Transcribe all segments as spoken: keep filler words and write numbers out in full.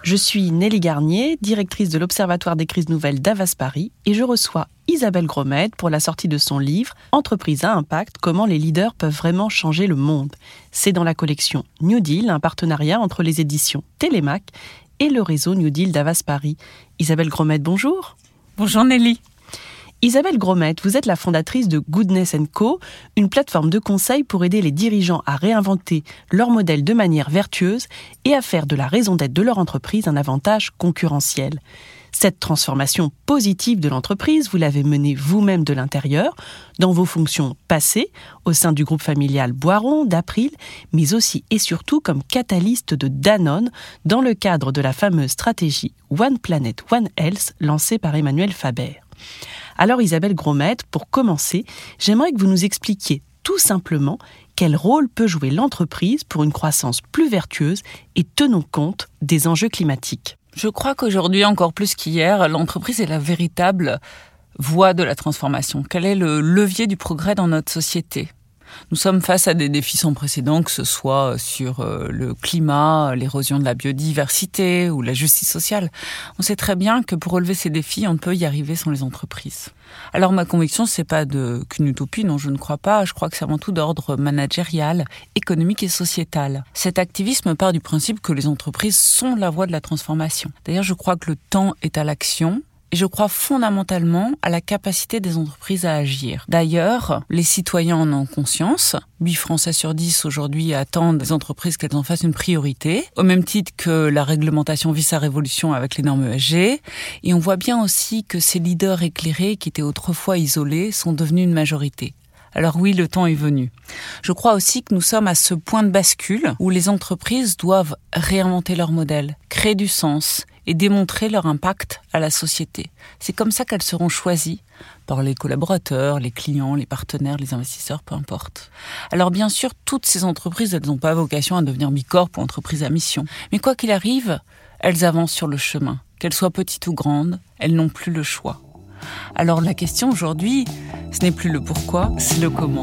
Je suis Nelly Garnier, directrice de l'Observatoire des crises nouvelles d'Avas Paris, et je reçois Isabelle Gromette pour la sortie de son livre « Entreprise à impact, comment les leaders peuvent vraiment changer le monde ». C'est dans la collection New Deal, un partenariat entre les éditions Télémac et le réseau New Deal d'Avas Paris. Isabelle Gromette, bonjour. Bonjour Nelly. Isabelle Gromette, vous êtes la fondatrice de Goodness and Co, une plateforme de conseil pour aider les dirigeants à réinventer leur modèle de manière vertueuse et à faire de la raison d'être de leur entreprise un avantage concurrentiel. Cette transformation positive de l'entreprise, vous l'avez menée vous-même de l'intérieur, dans vos fonctions passées, au sein du groupe familial Boiron, d'April, mais aussi et surtout comme catalyste de Danone, dans le cadre de la fameuse stratégie One Planet, One Health, lancée par Emmanuel Faber. Alors Isabelle Gromette, pour commencer, j'aimerais que vous nous expliquiez tout simplement quel rôle peut jouer l'entreprise pour une croissance plus vertueuse et tenant compte des enjeux climatiques. Je crois qu'aujourd'hui, encore plus qu'hier, l'entreprise est la véritable voie de la transformation. Quel est le levier du progrès dans notre société ? Nous sommes face à des défis sans précédent, que ce soit sur le climat, l'érosion de la biodiversité ou la justice sociale. On sait très bien que pour relever ces défis, on ne peut y arriver sans les entreprises. Alors ma conviction, c'est pas de, qu'une utopie, non, je ne crois pas. Je crois que c'est avant tout d'ordre managérial, économique et sociétal. Cet activisme part du principe que les entreprises sont la voie de la transformation. D'ailleurs, je crois que le temps est à l'action. Et je crois fondamentalement à la capacité des entreprises à agir. D'ailleurs, les citoyens en ont conscience. huit Français sur dix aujourd'hui attendent des entreprises qu'elles en fassent une priorité, au même titre que la réglementation vit sa révolution avec les normes E S G. Et on voit bien aussi que ces leaders éclairés qui étaient autrefois isolés sont devenus une majorité. Alors oui, le temps est venu. Je crois aussi que nous sommes à ce point de bascule où les entreprises doivent réinventer leur modèle, créer du sens et démontrer leur impact à la société. C'est comme ça qu'elles seront choisies par les collaborateurs, les clients, les partenaires, les investisseurs, peu importe. Alors bien sûr, toutes ces entreprises, elles n'ont pas vocation à devenir bicorp ou entreprises à mission. Mais quoi qu'il arrive, elles avancent sur le chemin. Qu'elles soient petites ou grandes, elles n'ont plus le choix. Alors la question aujourd'hui, ce n'est plus le pourquoi, c'est le comment.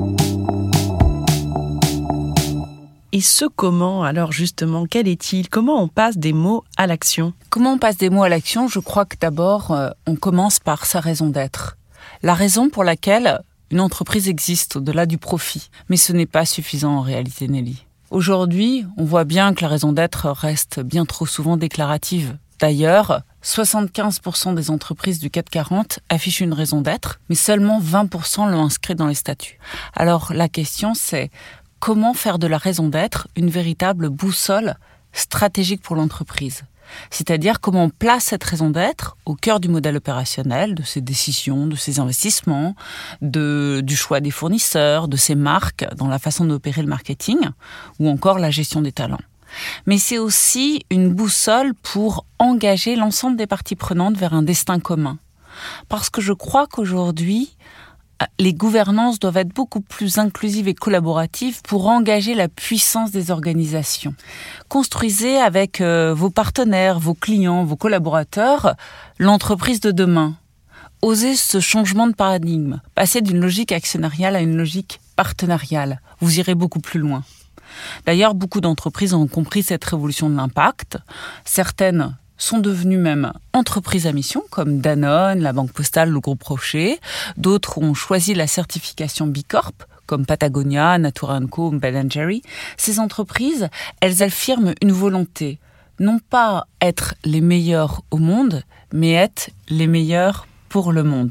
Et ce comment, alors justement, quel est-il ? Comment on passe des mots à l'action ? Comment on passe des mots à l'action ? Je crois que d'abord, euh, on commence par sa raison d'être. La raison pour laquelle une entreprise existe au-delà du profit. Mais ce n'est pas suffisant en réalité, Nelly. Aujourd'hui, on voit bien que la raison d'être reste bien trop souvent déclarative. D'ailleurs, soixante-quinze pour cent des entreprises du C A C quarante affichent une raison d'être, mais seulement vingt pour cent l'ont inscrite dans les statuts. Alors la question c'est comment faire de la raison d'être une véritable boussole stratégique pour l'entreprise ? C'est-à-dire comment on place cette raison d'être au cœur du modèle opérationnel, de ses décisions, de ses investissements, de, du choix des fournisseurs, de ses marques, dans la façon d'opérer le marketing, ou encore la gestion des talents. Mais c'est aussi une boussole pour engager l'ensemble des parties prenantes vers un destin commun. Parce que je crois qu'aujourd'hui, les gouvernances doivent être beaucoup plus inclusives et collaboratives pour engager la puissance des organisations. Construisez avec euh, vos partenaires, vos clients, vos collaborateurs, l'entreprise de demain. Osez ce changement de paradigme, passer d'une logique actionnariale à une logique partenariale. Vous irez beaucoup plus loin. D'ailleurs, beaucoup d'entreprises ont compris cette révolution de l'impact. Certaines sont devenues même entreprises à mission, comme Danone, la Banque Postale, le Groupe Rocher. D'autres ont choisi la certification Bicorp, comme Patagonia, Natura and Co, Ben and Jerry. Ces entreprises, elles affirment une volonté, non pas être les meilleures au monde, mais être les meilleures pour le monde.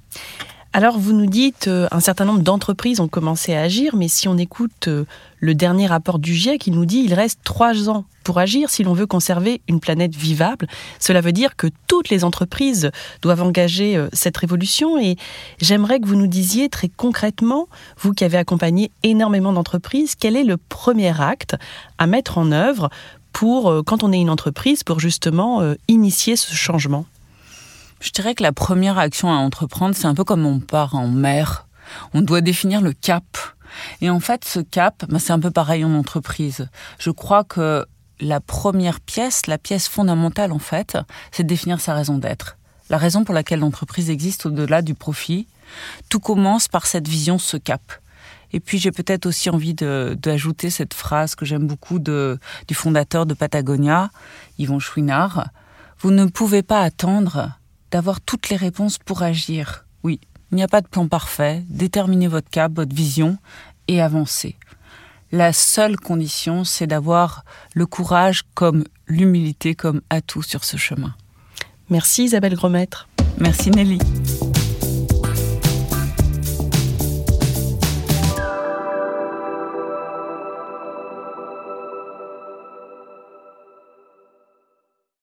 Alors vous nous dites euh, un certain nombre d'entreprises ont commencé à agir, mais si on écoute euh, le dernier rapport du GIEC, il nous dit qu'il reste trois ans pour agir si l'on veut conserver une planète vivable. Cela veut dire que toutes les entreprises doivent engager euh, cette révolution et j'aimerais que vous nous disiez très concrètement, vous qui avez accompagné énormément d'entreprises, quel est le premier acte à mettre en œuvre pour, euh, quand on est une entreprise, pour justement euh, initier ce changement ? Je dirais que la première action à entreprendre, c'est un peu comme on part en mer. On doit définir le cap. Et en fait, ce cap, ben c'est un peu pareil en entreprise. Je crois que la première pièce, la pièce fondamentale en fait, c'est de définir sa raison d'être. La raison pour laquelle l'entreprise existe au-delà du profit. Tout commence par cette vision, ce cap. Et puis j'ai peut-être aussi envie de, d'ajouter cette phrase que j'aime beaucoup de, du fondateur de Patagonia, Yvon Chouinard. Vous ne pouvez pas attendre d'avoir toutes les réponses pour agir. Oui, il n'y a pas de plan parfait. Déterminez votre cap, votre vision et avancez. La seule condition, c'est d'avoir le courage comme l'humilité comme atout sur ce chemin. Merci Isabelle Grosmaître. Merci Nelly.